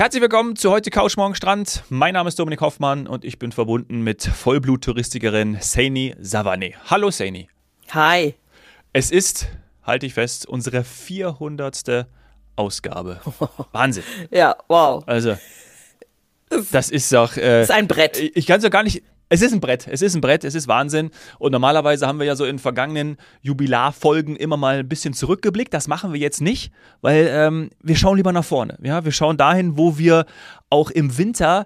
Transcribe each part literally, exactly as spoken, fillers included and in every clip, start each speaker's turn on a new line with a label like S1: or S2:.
S1: Herzlich willkommen zu heute Couch Morgen Strand. Mein Name ist Dominik Hoffmann und ich bin verbunden mit Vollblut-Touristikerin Saini Savane. Hallo Saini.
S2: Hi.
S1: Es ist, halte ich fest, unsere vierhundertste Ausgabe. Wahnsinn.
S2: Ja, wow.
S1: Also, das ist doch... Äh,
S2: das ist ein Brett.
S1: Ich kann es doch gar nicht... Es ist ein Brett, es ist ein Brett, es ist Wahnsinn. Und normalerweise haben wir ja so in vergangenen Jubilarfolgen immer mal ein bisschen zurückgeblickt. Das machen wir jetzt nicht, weil ähm, wir schauen lieber nach vorne. Ja, wir schauen dahin, wo wir auch im Winter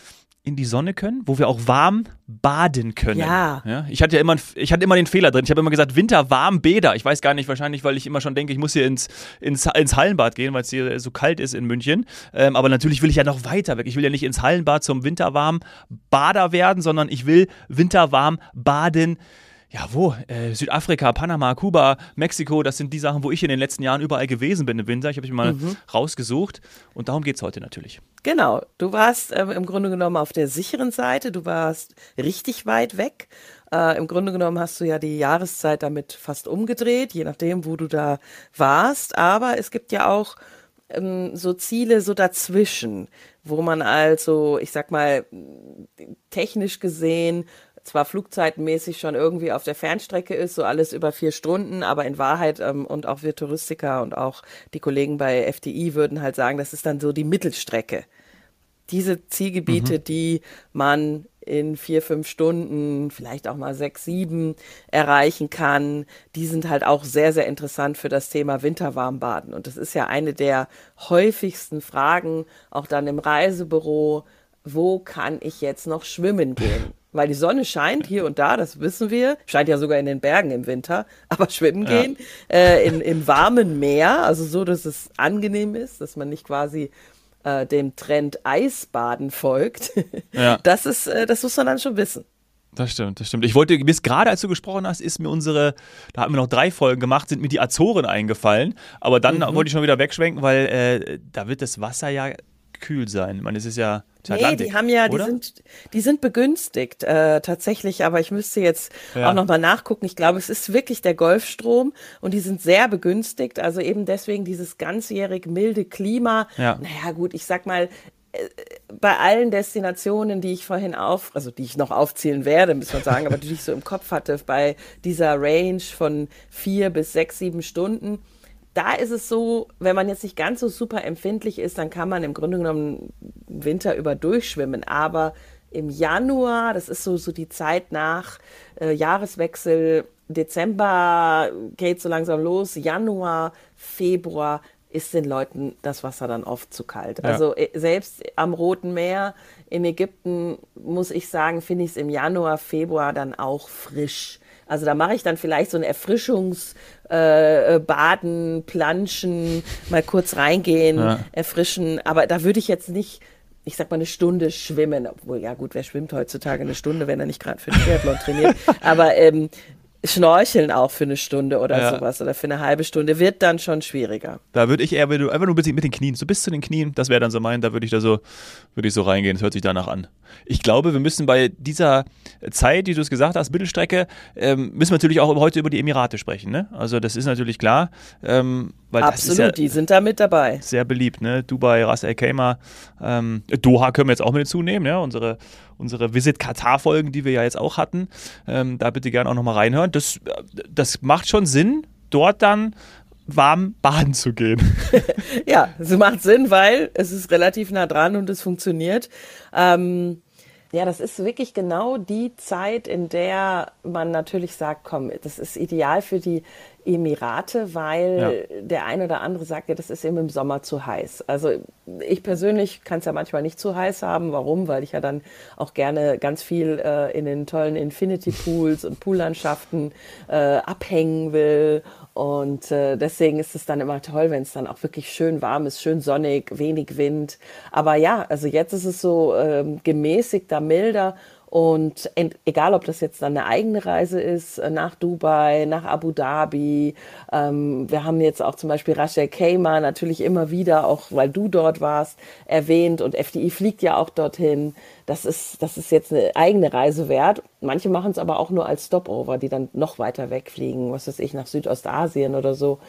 S1: in die Sonne können, wo wir auch warm baden können.
S2: Ja.
S1: Ja, ich hatte ja immer, ich hatte immer den Fehler drin. Ich habe immer gesagt, Winter warm Bäder. Ich weiß gar nicht, wahrscheinlich, weil ich immer schon denke, ich muss hier ins, ins, ins Hallenbad gehen, weil es hier so kalt ist in München. Ähm, aber natürlich will ich ja noch weiter weg. Ich will ja nicht ins Hallenbad zum winterwarm Bader werden, sondern ich will winterwarm baden. Ja, wo? Äh, Südafrika, Panama, Kuba, Mexiko, das sind die Sachen, wo ich in den letzten Jahren überall gewesen bin im Winter. Ich habe mich mal mhm. rausgesucht und darum geht es heute natürlich.
S2: Genau, du warst äh, im Grunde genommen auf der sicheren Seite, du warst richtig weit weg. Äh, Im Grunde genommen hast du ja die Jahreszeit damit fast umgedreht, je nachdem, wo du da warst. Aber es gibt ja auch ähm, so Ziele so dazwischen, wo man also, ich sag mal, technisch gesehen zwar flugzeitmäßig schon irgendwie auf der Fernstrecke ist, so alles über vier Stunden, aber in Wahrheit ähm, und auch wir Touristiker und auch die Kollegen bei F D I würden halt sagen, das ist dann so die Mittelstrecke. Diese Zielgebiete, mhm. die man in vier, fünf Stunden, vielleicht auch mal sechs, sieben erreichen kann, die sind halt auch sehr, sehr interessant für das Thema Winterwarmbaden. Und das ist ja eine der häufigsten Fragen, auch dann im Reisebüro, wo kann ich jetzt noch schwimmen gehen? Weil die Sonne scheint hier und da, das wissen wir, scheint ja sogar in den Bergen im Winter, aber schwimmen
S1: ja.
S2: gehen äh, in, im warmen Meer, also so, dass es angenehm ist, dass man nicht quasi äh, dem Trend Eisbaden folgt,
S1: ja.
S2: das ist, äh, das muss man dann schon wissen.
S1: Das stimmt, das stimmt. Ich wollte, bis gerade als du gesprochen hast, ist mir unsere, da haben wir noch drei Folgen gemacht, sind mir die Azoren eingefallen, aber dann mhm. wollte ich schon wieder wegschwenken, weil äh, da wird das Wasser ja kühl sein. Ich meine, es ist ja
S2: Nee,
S1: Atlantik,
S2: die haben ja, die
S1: oder?
S2: sind, die sind begünstigt äh, tatsächlich, aber ich müsste jetzt
S1: ja.
S2: auch nochmal nachgucken. Ich glaube, es ist wirklich der Golfstrom und die sind sehr begünstigt, also eben deswegen dieses ganzjährig milde Klima.
S1: Ja.
S2: Naja gut, ich sag mal, äh, bei allen Destinationen, die ich vorhin auf, also die ich noch aufzählen werde, muss man sagen, aber die ich so im Kopf hatte, bei dieser Range von vier bis sechs, sieben Stunden, da ist es so, wenn man jetzt nicht ganz so super empfindlich ist, dann kann man im Grunde genommen Winter über durchschwimmen. Aber im Januar, das ist so, so die Zeit nach äh, Jahreswechsel, Dezember geht so langsam los, Januar, Februar ist den Leuten das Wasser dann oft zu kalt.
S1: Ja.
S2: Also äh, selbst am Roten Meer in Ägypten, muss ich sagen, finde ich es im Januar, Februar dann auch frisch. Also da mache ich dann vielleicht so ein Erfrischungsbaden, äh, Planschen, mal kurz reingehen, ja. erfrischen. Aber da würde ich jetzt nicht, ich sag mal, eine Stunde schwimmen. Obwohl, ja gut, wer schwimmt heutzutage eine Stunde, wenn er nicht gerade für den Triathlon trainiert. Aber ähm, Schnorcheln auch für eine Stunde oder ja. sowas oder für eine halbe Stunde wird dann schon schwieriger.
S1: Da würde ich eher, wenn du einfach nur ein bisschen mit den Knien, so bis zu den Knien, das wäre dann so mein, da würde ich da so, würde ich so reingehen, das hört sich danach an. Ich glaube, wir müssen bei dieser Zeit, die du es gesagt hast, Mittelstrecke, ähm, müssen wir natürlich auch heute über die Emirate sprechen, ne? Also das ist natürlich klar. Ähm, weil
S2: Absolut,
S1: das ist ja
S2: die sind da mit dabei.
S1: Sehr beliebt, ne? Dubai, Ras Al Khaimah, ähm, Doha können wir jetzt auch mit hinzunehmen, ja? Unsere, unsere Visit-Katar-Folgen, die wir ja jetzt auch hatten, ähm, da bitte gerne auch nochmal reinhören. Das, das macht schon Sinn, dort dann warm baden zu gehen.
S2: Ja, es macht Sinn, weil es ist relativ nah dran und es funktioniert. Ähm, ja, das ist wirklich genau die Zeit, in der man natürlich sagt, komm, das ist ideal für die Emirate, weil ja. der eine oder andere sagt, ja, das ist eben im Sommer zu heiß. Also ich persönlich kann es ja manchmal nicht zu heiß haben. Warum? Weil ich ja dann auch gerne ganz viel äh, in den tollen Infinity Pools und Poollandschaften äh, abhängen will. Und äh, deswegen ist es dann immer toll, wenn es dann auch wirklich schön warm ist, schön sonnig, wenig Wind. Aber ja, also jetzt ist es so ähm, gemäßigter, milder. Und ent- egal, ob das jetzt dann eine eigene Reise ist, äh, nach Dubai, nach Abu Dhabi. Ähm, wir haben jetzt auch zum Beispiel Ras Al Khaimah natürlich immer wieder, auch weil du dort warst, erwähnt. Und F D I fliegt ja auch dorthin. Das ist, das ist jetzt eine eigene Reise wert. Manche machen es aber auch nur als Stopover, die dann noch weiter wegfliegen, was weiß ich, nach Südostasien oder so.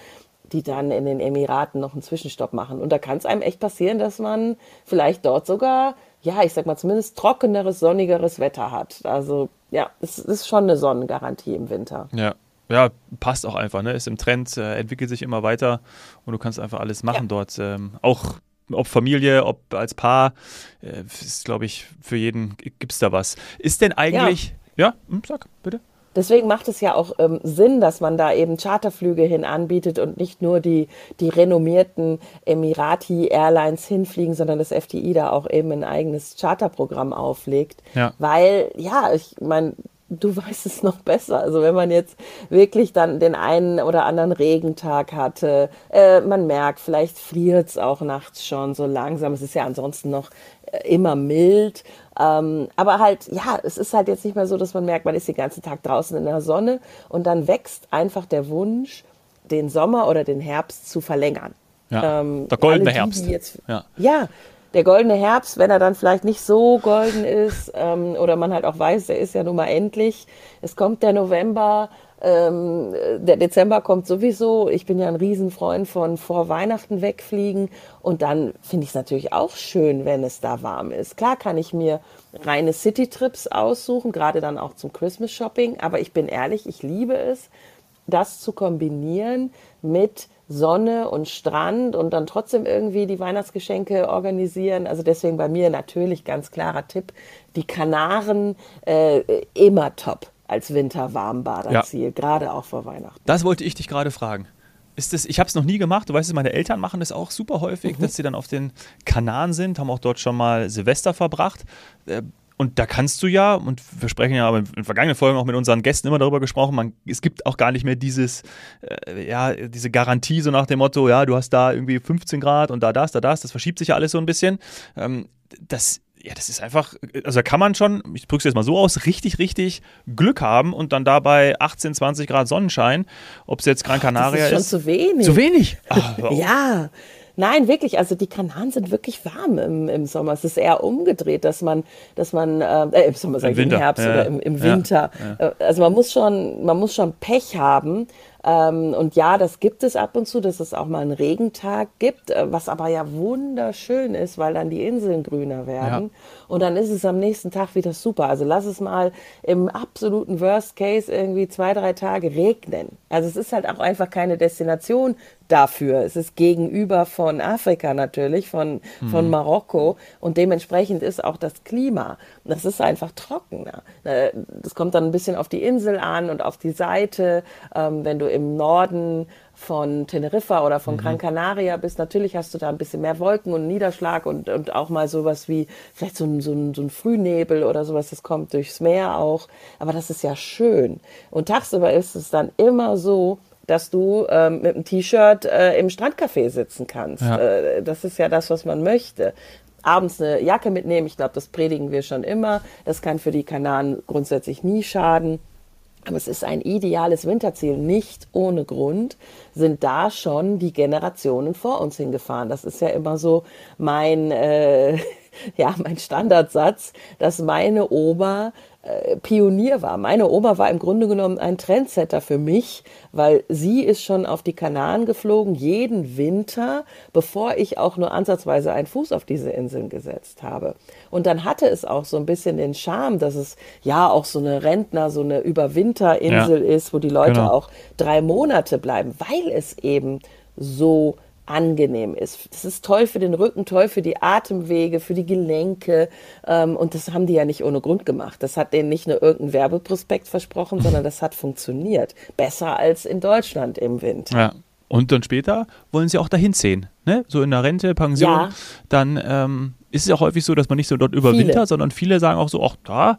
S2: die dann in den Emiraten noch einen Zwischenstopp machen. Und da kann es einem echt passieren, dass man vielleicht dort sogar, ja, ich sag mal zumindest trockeneres, sonnigeres Wetter hat. Also ja, es ist schon eine Sonnengarantie im Winter.
S1: Ja. Ja, passt auch einfach, ne? Ist im Trend, äh, entwickelt sich immer weiter und du kannst einfach alles machen ja. dort. Ähm, auch ob Familie, ob als Paar, äh, ist, glaube ich, für jeden gibt es da was. Ist denn eigentlich, ja, ja? Hm, sag, bitte.
S2: Deswegen macht es ja auch ähm, Sinn, dass man da eben Charterflüge hin anbietet und nicht nur die, die renommierten Emirati Airlines hinfliegen, sondern das F D I da auch eben ein eigenes Charterprogramm auflegt.
S1: Ja.
S2: Weil, ja, ich meine, du weißt es noch besser. Also wenn man jetzt wirklich dann den einen oder anderen Regentag hatte, äh, man merkt, vielleicht friert es auch nachts schon so langsam. Es ist ja ansonsten noch äh, immer mild. Ähm, aber halt, ja, es ist halt jetzt nicht mehr so, dass man merkt, man ist den ganzen Tag draußen in der Sonne und dann wächst einfach der Wunsch, den Sommer oder den Herbst zu verlängern.
S1: Ja, ähm, der goldene die, Herbst.
S2: Die jetzt, ja. ja. Der goldene Herbst, wenn er dann vielleicht nicht so golden ist ähm, oder man halt auch weiß, der ist ja nun mal endlich. Es kommt der November, ähm, der Dezember kommt sowieso. Ich bin ja ein Riesenfreund von vor Weihnachten wegfliegen und dann finde ich es natürlich auch schön, wenn es da warm ist. Klar kann ich mir reine City-Trips aussuchen, gerade dann auch zum Christmas-Shopping, aber ich bin ehrlich, ich liebe es, das zu kombinieren mit Sonne und Strand und dann trotzdem irgendwie die Weihnachtsgeschenke organisieren. Also deswegen bei mir natürlich ganz klarer Tipp, die Kanaren äh, immer top als Winter-Warmbaderziel, ja. Gerade auch vor Weihnachten.
S1: Das wollte ich dich gerade fragen. Ist das, ich habe es noch nie gemacht, du weißt es, meine Eltern machen das auch super häufig, mhm. dass sie dann auf den Kanaren sind, haben auch dort schon mal Silvester verbracht. Äh, Und da kannst du ja, und wir sprechen ja aber in vergangenen Folgen auch mit unseren Gästen immer darüber gesprochen, man, es gibt auch gar nicht mehr dieses, äh, ja, diese Garantie so nach dem Motto, ja, du hast da irgendwie fünfzehn Grad und da das, da das, das verschiebt sich ja alles so ein bisschen. Ähm, das, ja, das ist einfach, also da kann man schon, ich drücke es jetzt mal so aus, richtig, richtig Glück haben und dann dabei achtzehn, zwanzig Grad Sonnenschein, ob es jetzt Gran Canaria ist.
S2: Das ist schon ist. zu wenig.
S1: Zu wenig?
S2: Ach, ja. Nein, wirklich, also die Kanaren sind wirklich warm im, im Sommer. Es ist eher umgedreht, dass man, dass man, äh, im Sommer, sag ich, im Herbst ja, oder im, im Winter. Ja, ja. Also man muss schon, man muss schon Pech haben. Ähm, und ja, das gibt es ab und zu, dass es auch mal einen Regentag gibt, was aber ja wunderschön ist, weil dann die Inseln grüner werden. Ja. Und dann ist es am nächsten Tag wieder super. Also lass es mal im absoluten Worst Case irgendwie zwei, drei Tage regnen. Also es ist halt auch einfach keine Destination dafür. Es ist gegenüber von Afrika natürlich, von, mhm. von Marokko. Und dementsprechend ist auch das Klima. Das ist einfach trockener. Das kommt dann ein bisschen auf die Insel an und auf die Seite. Ähm, wenn du im Norden von Teneriffa oder von mhm. Gran Canaria bist, natürlich hast du da ein bisschen mehr Wolken und Niederschlag und, und auch mal sowas wie vielleicht so ein, so, ein, so ein Frühnebel oder sowas, das kommt durchs Meer auch. Aber das ist ja schön. Und tagsüber ist es dann immer so, dass du ähm, mit einem T-Shirt äh, im Strandcafé sitzen kannst. Ja. Äh, das ist ja das, was man möchte. Abends eine Jacke mitnehmen, ich glaube, das predigen wir schon immer. Das kann für die Kanaren grundsätzlich nie schaden. Aber es ist ein ideales Winterziel. Nicht ohne Grund sind da schon die Generationen vor uns hingefahren. Das ist ja immer so mein, äh, ja, mein Standardsatz, dass meine Oma äh, Pionier war. Meine Oma war im Grunde genommen ein Trendsetter für mich, weil sie ist schon auf die Kanaren geflogen, jeden Winter, bevor ich auch nur ansatzweise einen Fuß auf diese Inseln gesetzt habe. Und dann hatte es auch so ein bisschen den Charme, dass es ja auch so eine Rentner, so eine Überwinterinsel ja, ist, wo die Leute genau. auch drei Monate bleiben, weil es eben so angenehm ist. Das ist toll für den Rücken, toll für die Atemwege, für die Gelenke. Ähm, und das haben die ja nicht ohne Grund gemacht. Das hat denen nicht nur irgendein Werbeprospekt versprochen, sondern das hat funktioniert. Besser als in Deutschland im Winter.
S1: Ja. Und dann später wollen sie auch dahin ziehen. Ne? So in der Rente, Pension. Ja. Dann ähm, ist es ja häufig so, dass man nicht so dort überwintert, sondern viele sagen auch so, ach da,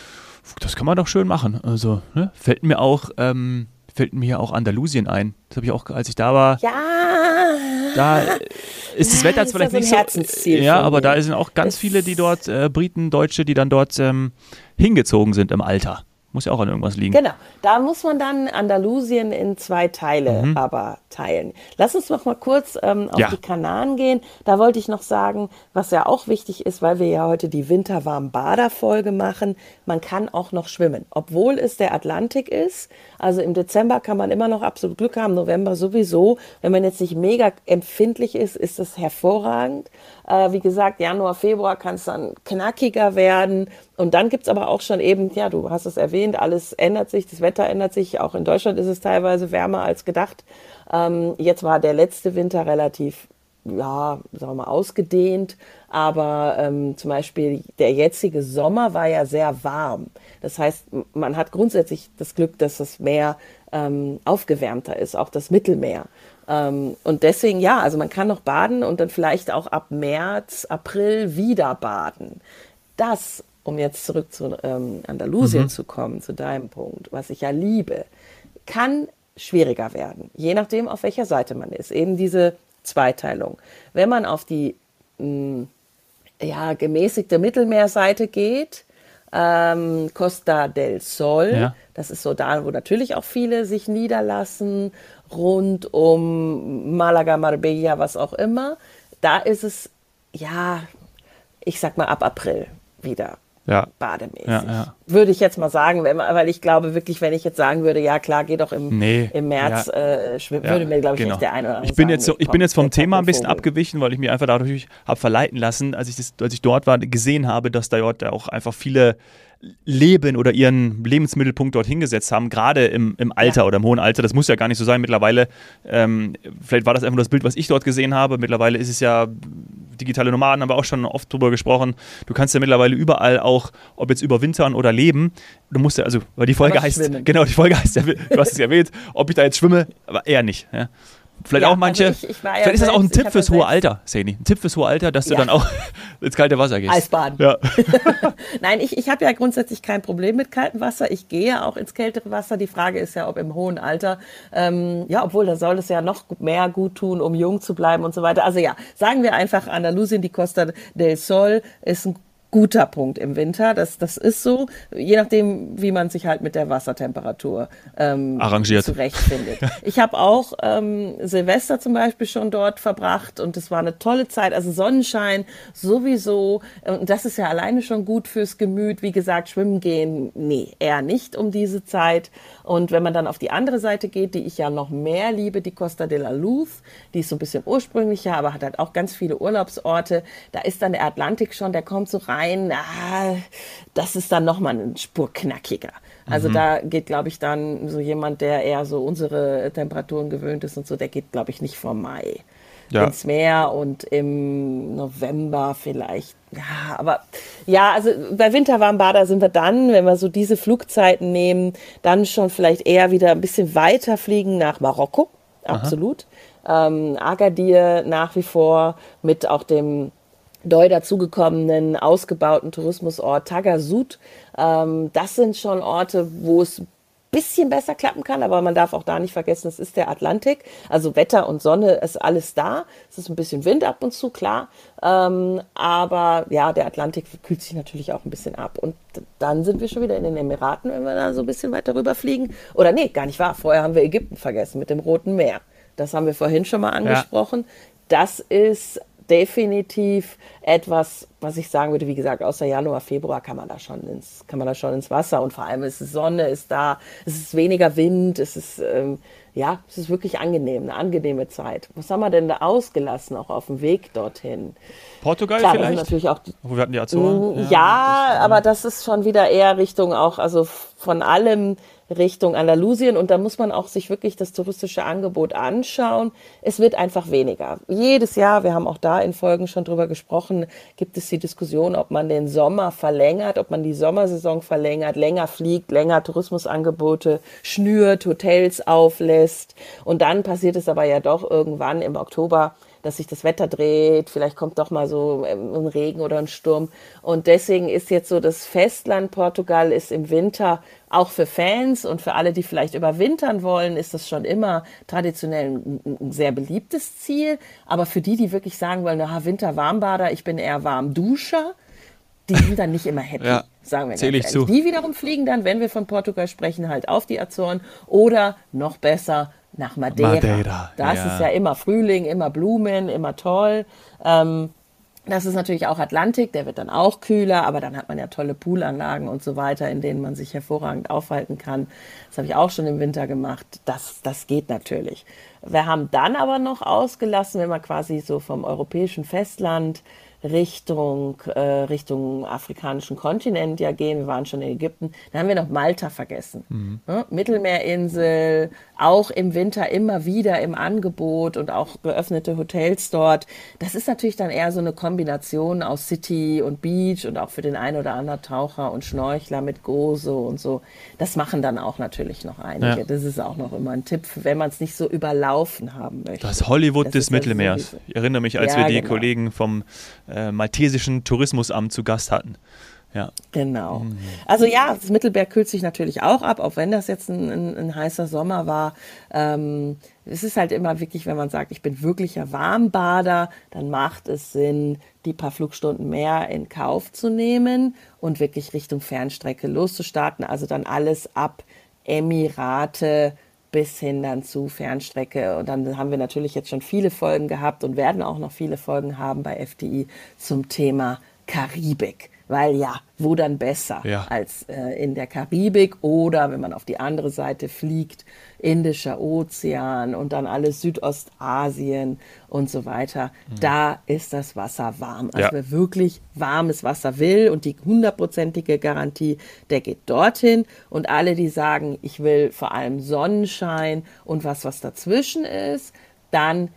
S1: das kann man doch schön machen. Also ne? fällt mir auch... Ähm, fällt mir auch Andalusien ein. Das habe ich auch, als ich da war.
S2: Ja.
S1: Da ist das Wetter zwar vielleicht
S2: nicht
S1: so. Herzensziel ja, aber da sind auch ganz das viele, die dort, äh, Briten, Deutsche, die dann dort ähm, hingezogen sind im Alter. Muss ja auch an irgendwas liegen.
S2: Genau, da muss man dann Andalusien in zwei Teile mhm. aber teilen. Lass uns noch mal kurz ähm, auf
S1: ja.
S2: die Kanaren gehen. Da wollte ich noch sagen, was ja auch wichtig ist, weil wir ja heute die Winterwarm-Bader-Folge machen, man kann auch noch schwimmen, obwohl es der Atlantik ist. Also im Dezember kann man immer noch absolut Glück haben, November sowieso. Wenn man jetzt nicht mega empfindlich ist, ist das hervorragend. Äh, wie gesagt, Januar, Februar kann es dann knackiger werden. Und dann gibt's aber auch schon eben, ja, du hast es erwähnt, alles ändert sich, das Wetter ändert sich. Auch in Deutschland ist es teilweise wärmer als gedacht. Ähm, jetzt war der letzte Winter relativ, ja, sagen wir mal, ausgedehnt. Aber ähm, zum Beispiel der jetzige Sommer war ja sehr warm. Das heißt, man hat grundsätzlich das Glück, dass das Meer ähm, aufgewärmter ist, auch das Mittelmeer. Ähm, und deswegen, ja, also man kann noch baden und dann vielleicht auch ab März, April wieder baden. Das, um jetzt zurück zu ähm, Andalusien mhm. zu kommen, zu deinem Punkt, was ich ja liebe, kann schwieriger werden, je nachdem, auf welcher Seite man ist. Eben diese Zweiteilung. Wenn man auf die mh, ja, gemäßigte Mittelmeerseite geht, ähm, Costa del Sol, ja. das ist so da, wo natürlich auch viele sich niederlassen, rund um Malaga, Marbella, was auch immer, da ist es, ja, ich sag mal ab April wieder. Ja. Bademäßig. Ja, ja. Würde ich jetzt mal sagen, wenn man, weil ich glaube wirklich, wenn ich jetzt sagen würde, ja klar, geh doch im, nee, im März ja. äh, schwimmen, ja, würde mir, glaube ich, genau. nicht der eine oder andere
S1: ich bin
S2: sagen.
S1: Jetzt so, ich bin jetzt vom Thema ein bisschen abgewichen, weil ich mir einfach dadurch habe verleiten lassen, als ich, das, als ich dort war, gesehen habe, dass da dort auch einfach viele leben oder ihren Lebensmittelpunkt dort hingesetzt haben, gerade im, im Alter ja. oder im hohen Alter. Das muss ja gar nicht so sein. Mittlerweile, ähm, vielleicht war das einfach nur das Bild, was ich dort gesehen habe. Mittlerweile ist es ja, digitale Nomaden haben wir auch schon oft drüber gesprochen. Du kannst ja mittlerweile überall auch, ob jetzt überwintern oder leben, du musst ja, also, weil die Folge heißt, schwimmen. genau, die Folge heißt ja, du hast es erwähnt, ob ich da jetzt schwimme, aber eher nicht, ja. Vielleicht ja, auch manche, also ich, ich vielleicht ja ist das auch ein Tipp fürs hohe Alter, Seni. Ein Tipp fürs hohe Alter, dass ja. du dann auch ins kalte Wasser gehst.
S2: Eisbaden.
S1: Ja.
S2: Nein, ich, ich habe ja grundsätzlich kein Problem mit kaltem Wasser. Ich gehe auch ins kältere Wasser. Die Frage ist ja, ob im hohen Alter, ähm, ja, obwohl da soll es ja noch mehr gut tun, um jung zu bleiben und so weiter. Also ja, sagen wir einfach, Andalusien, die Costa del Sol ist ein guter Punkt im Winter, das, das ist so, je nachdem, wie man sich halt mit der Wassertemperatur ähm,
S1: arrangiert
S2: zurechtfindet. Ich habe auch ähm, Silvester zum Beispiel schon dort verbracht und es war eine tolle Zeit, also Sonnenschein sowieso, und das ist ja alleine schon gut fürs Gemüt. Wie gesagt, schwimmen gehen, nee, eher nicht um diese Zeit. Und wenn man dann auf die andere Seite geht, die ich ja noch mehr liebe, die Costa de la Luz, die ist so ein bisschen ursprünglicher, aber hat halt auch ganz viele Urlaubsorte, da ist dann der Atlantik schon, der kommt so rein, ah, das ist dann nochmal eine Spur knackiger. Also mhm. da geht, glaube ich, dann so jemand, der eher so unsere Temperaturen gewöhnt ist und so, der geht, glaube ich, nicht vor Mai ja. ins Meer und im November vielleicht. Ja, aber ja, also bei Winterwarmbader sind wir dann, wenn wir so diese Flugzeiten nehmen, dann schon vielleicht eher wieder ein bisschen weiter fliegen nach Marokko. Absolut. Ähm, Agadir nach wie vor mit auch dem neu dazugekommenen, ausgebauten Tourismusort Tagazout. Ähm, das sind schon Orte, wo es ein bisschen besser klappen kann, aber man darf auch da nicht vergessen, es ist der Atlantik. Also Wetter und Sonne ist alles da. Es ist ein bisschen Wind ab und zu, klar. Ähm, aber ja, der Atlantik kühlt sich natürlich auch ein bisschen ab. Und dann sind wir schon wieder in den Emiraten, wenn wir da so ein bisschen weiter rüber fliegen. Oder nee, gar nicht wahr. Vorher haben wir Ägypten vergessen mit dem Roten Meer. Das haben wir vorhin schon mal angesprochen. Ja. Das ist definitiv etwas, was ich sagen würde, wie gesagt, außer Januar, Februar kann man da schon ins, kann man da schon ins Wasser, und vor allem ist es Sonne, ist da, es ist weniger Wind, es ist, ähm, ja, es ist wirklich angenehm, eine angenehme Zeit. Was haben wir denn da ausgelassen, auch auf dem Weg dorthin?
S1: Portugal
S2: Klar,
S1: vielleicht?
S2: Natürlich auch,
S1: wir hatten die Azoren.
S2: Ja, ja das, aber das ist schon wieder eher Richtung auch, also von allem Richtung Andalusien, und da muss man auch sich wirklich das touristische Angebot anschauen. Es wird einfach weniger. Jedes Jahr, wir haben auch da in Folgen schon drüber gesprochen, gibt es die Diskussion, ob man den Sommer verlängert, ob man die Sommersaison verlängert, länger fliegt, länger Tourismusangebote schnürt, Hotels auflässt, und dann passiert es aber ja doch irgendwann im Oktober, dass sich das Wetter dreht, vielleicht kommt doch mal so ein Regen oder ein Sturm. Und deswegen ist jetzt so, das Festland Portugal ist im Winter auch für Fans und für alle, die vielleicht überwintern wollen, ist das schon immer traditionell ein, ein sehr beliebtes Ziel. Aber für die, die wirklich sagen wollen, na, Winter-Warmbader, ich bin eher Warmduscher, die sind dann nicht immer happy,
S1: ja,
S2: sagen wir ganz
S1: zähl ich
S2: ehrlich.
S1: zu.
S2: Die wiederum fliegen dann, wenn wir von Portugal sprechen, halt auf die Azoren oder noch besser nach Madeira.
S1: Madeira,
S2: Das
S1: ja.
S2: ist ja immer Frühling, immer Blumen, immer toll. Ähm, Das ist natürlich auch Atlantik, der wird dann auch kühler, aber dann hat man ja tolle Poolanlagen und so weiter, in denen man sich hervorragend aufhalten kann. Das habe ich auch schon im Winter gemacht. Das, das geht natürlich. Wir haben dann aber noch ausgelassen, wenn man quasi so vom europäischen Festland Richtung, äh, Richtung afrikanischen Kontinent ja gehen. Wir waren schon in Ägypten. Dann haben wir noch Malta vergessen. Mhm. Ja, Mittelmeerinsel, auch im Winter immer wieder im Angebot und auch geöffnete Hotels dort. Das ist natürlich dann eher so eine Kombination aus City und Beach und auch für den einen oder anderen Taucher und Schnorchler mit Gozo und so. Das machen dann auch natürlich noch einige. Ja. Das ist auch noch immer ein Tipp, wenn man es nicht so überlaufen haben möchte.
S1: Das Hollywood das des Mittelmeers. So, ich erinnere mich, als ja, wir die genau. Kollegen vom äh, maltesischen Tourismusamt zu Gast hatten. Ja.
S2: Genau. Mhm. Also ja, das Mittelmeer kühlt sich natürlich auch ab, auch wenn das jetzt ein, ein, ein heißer Sommer war. Ähm, es ist halt immer wirklich, wenn man sagt, ich bin wirklicher Warmbader, dann macht es Sinn, die paar Flugstunden mehr in Kauf zu nehmen und wirklich Richtung Fernstrecke loszustarten. Also dann alles ab Emirate bis hin dann zu Fernstrecke. Und dann haben wir natürlich jetzt schon viele Folgen gehabt und werden auch noch viele Folgen haben bei F D I zum Thema Karibik. Weil ja, wo dann besser
S1: ja.
S2: als äh, in der Karibik oder wenn man auf die andere Seite fliegt, Indischer Ozean und dann alles Südostasien und so weiter. Mhm. Da ist das Wasser warm. Also
S1: ja.
S2: wer wirklich warmes Wasser will und die hundertprozentige Garantie, der geht dorthin. Und alle, die sagen, ich will vor allem Sonnenschein und was, was dazwischen ist, dann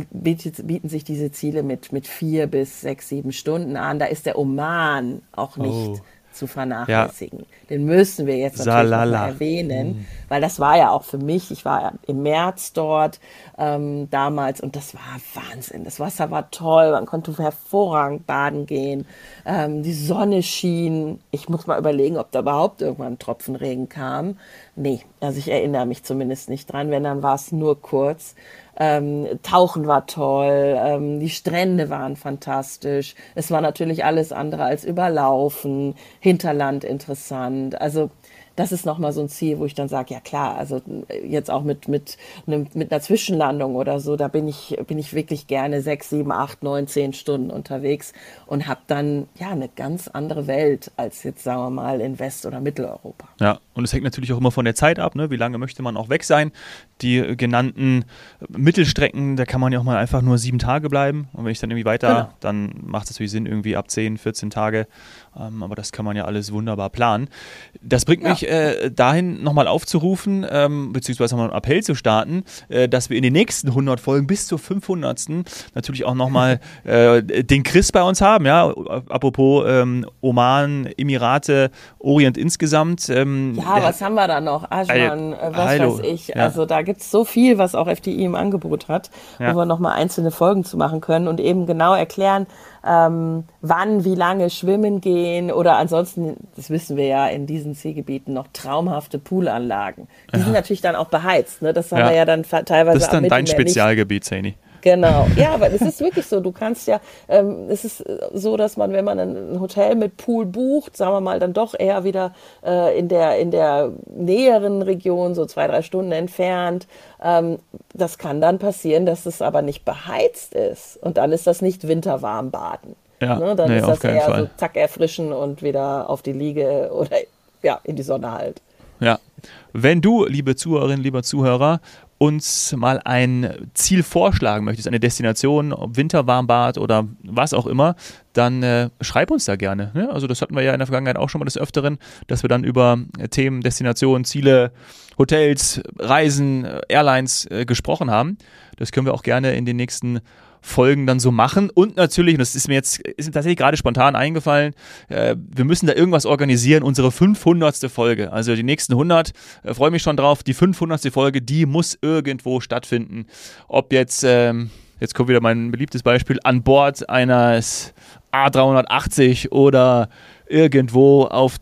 S2: bieten sich diese Ziele mit, mit vier bis sechs, sieben Stunden an. Da ist der Oman auch nicht oh. zu vernachlässigen. Ja. Den müssen wir jetzt natürlich noch mal erwähnen, mhm. weil das war ja auch für mich, ich war im März dort ähm, damals und das war Wahnsinn. Das Wasser war toll, man konnte hervorragend baden gehen, ähm, die Sonne schien. Ich muss mal überlegen, ob da überhaupt irgendwann ein Tropfen Regen kam. Nee, also ich erinnere mich zumindest nicht dran, wenn, dann war es nur kurz. Ähm, Tauchen war toll, ähm, die Strände waren fantastisch, es war natürlich alles andere als überlaufen, Hinterland interessant, also das ist nochmal so ein Ziel, wo ich dann sage, ja klar, also jetzt auch mit, mit, ne, mit einer Zwischenlandung oder so, da bin ich, bin ich wirklich gerne sechs, sieben, acht, neun, zehn Stunden unterwegs und habe dann ja eine ganz andere Welt als jetzt, sagen wir mal, in West- oder Mitteleuropa.
S1: Ja, und es hängt natürlich auch immer von der Zeit ab, ne? Wie lange möchte man auch weg sein. Die genannten Mittelstrecken, da kann man ja auch mal einfach nur sieben Tage bleiben. Und wenn ich dann irgendwie weiter, genau. dann macht es natürlich Sinn, irgendwie ab zehn, vierzehn Tage. Ähm, aber das kann man ja alles wunderbar planen. Das bringt mich ja. äh, dahin, nochmal aufzurufen, ähm, beziehungsweise nochmal einen Appell zu starten, äh, dass wir in den nächsten hundert Folgen bis zur fünfhundertsten natürlich auch nochmal äh, den Chris bei uns haben. Ja, apropos ähm, Oman, Emirate, Orient insgesamt. Ähm,
S2: ja,
S1: der,
S2: was haben wir da noch? Ajman, äh, was
S1: Hallo.
S2: weiß ich.
S1: Ja.
S2: Also da gibt es so viel, was auch F D I im Angebot hat, ja. wo wir nochmal einzelne Folgen zu machen können und eben genau erklären, ähm, wann, wie lange schwimmen gehen oder ansonsten, das wissen wir ja, in diesen Seegebieten noch traumhafte Poolanlagen. Die ja. sind natürlich dann auch beheizt, ne? Das haben ja. wir ja dann teilweise
S1: Das ist dann dein Spezialgebiet, Saini.
S2: Genau, ja, aber es ist wirklich so, du kannst ja, ähm, es ist so, dass man, wenn man ein Hotel mit Pool bucht, sagen wir mal, dann doch eher wieder äh, in der in der näheren Region, so zwei, drei Stunden entfernt, ähm, das kann dann passieren, dass es aber nicht beheizt ist und dann ist das nicht winterwarm baden.
S1: Ja,
S2: ne? Dann
S1: nee,
S2: ist das eher
S1: Fall.
S2: so zack erfrischen und wieder auf die Liege oder ja, in die Sonne halt.
S1: Ja, wenn du, liebe Zuhörerin, lieber Zuhörer, uns mal ein Ziel vorschlagen möchtest, eine Destination, ob Winterwarmbad oder was auch immer, dann äh, schreib uns da gerne. Ne? Also das hatten wir ja in der Vergangenheit auch schon mal des Öfteren, dass wir dann über äh, Themen, Destinationen, Ziele, Hotels, Reisen, äh, Airlines äh, gesprochen haben. Das können wir auch gerne in den nächsten Folgen dann so machen und natürlich, und das ist mir jetzt ist mir tatsächlich gerade spontan eingefallen, äh, wir müssen da irgendwas organisieren, unsere fünfhundertste Folge, also die nächsten hundert, äh, freue mich schon drauf, die fünfhundertste Folge, die muss irgendwo stattfinden, ob jetzt, ähm, jetzt kommt wieder mein beliebtes Beispiel, an Bord eines A dreihundertachtzig oder irgendwo auf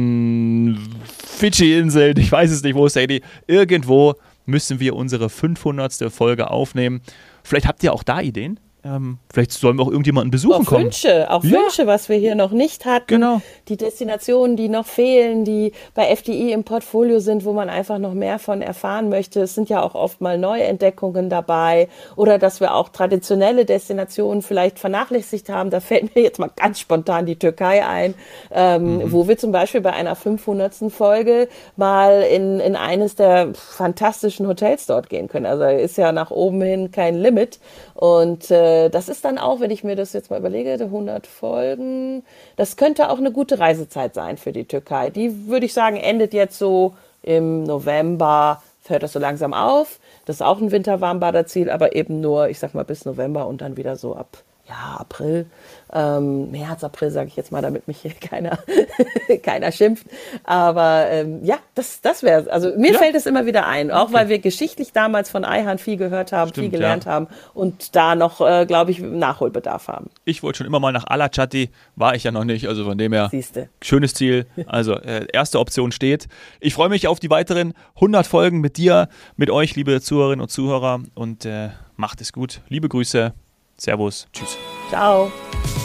S1: den Fidschi-Inseln, ich weiß es nicht, wo ist Sadie, irgendwo müssen wir unsere fünfhundertste Folge aufnehmen. Vielleicht habt ihr auch da Ideen. Ähm, vielleicht sollen wir auch irgendjemanden besuchen
S2: auch
S1: kommen.
S2: Wünsche, auch
S1: Ja.
S2: Wünsche, was wir hier noch nicht hatten.
S1: Genau.
S2: Die Destinationen, die noch fehlen, die bei F D I im Portfolio sind, wo man einfach noch mehr von erfahren möchte. Es sind ja auch oft mal Neuentdeckungen dabei oder dass wir auch traditionelle Destinationen vielleicht vernachlässigt haben. Da fällt mir jetzt mal ganz spontan die Türkei ein, ähm, mhm. wo wir zum Beispiel bei einer fünfhundertsten Folge mal in, in eines der fantastischen Hotels dort gehen können. Also ist ja nach oben hin kein Limit. Und äh, das ist dann auch, wenn ich mir das jetzt mal überlege, hundert Folgen, das könnte auch eine gute Reisezeit sein für die Türkei. Die, würde ich sagen, endet jetzt so im November, hört das so langsam auf. Das ist auch ein Winterwarmbaderziel, aber eben nur, ich sag mal, bis November und dann wieder so ab ja, April, ähm, März, April sage ich jetzt mal, damit mich hier keiner, keiner schimpft. Aber ähm, ja, das, das wäre also mir ja. fällt es immer wieder ein, auch okay. weil wir geschichtlich damals von Ayhan viel gehört haben, Stimmt, viel gelernt ja. haben und da noch, äh, glaube ich, Nachholbedarf haben.
S1: Ich wollte schon immer mal nach Alachati, war ich ja noch nicht, also von dem her,
S2: Siehste.
S1: Schönes Ziel. Also äh, erste Option steht. Ich freue mich auf die weiteren hundert Folgen mit dir, mit euch, liebe Zuhörerinnen und Zuhörer und äh, macht es gut. Liebe Grüße. Servus. Tschüss.
S2: Ciao.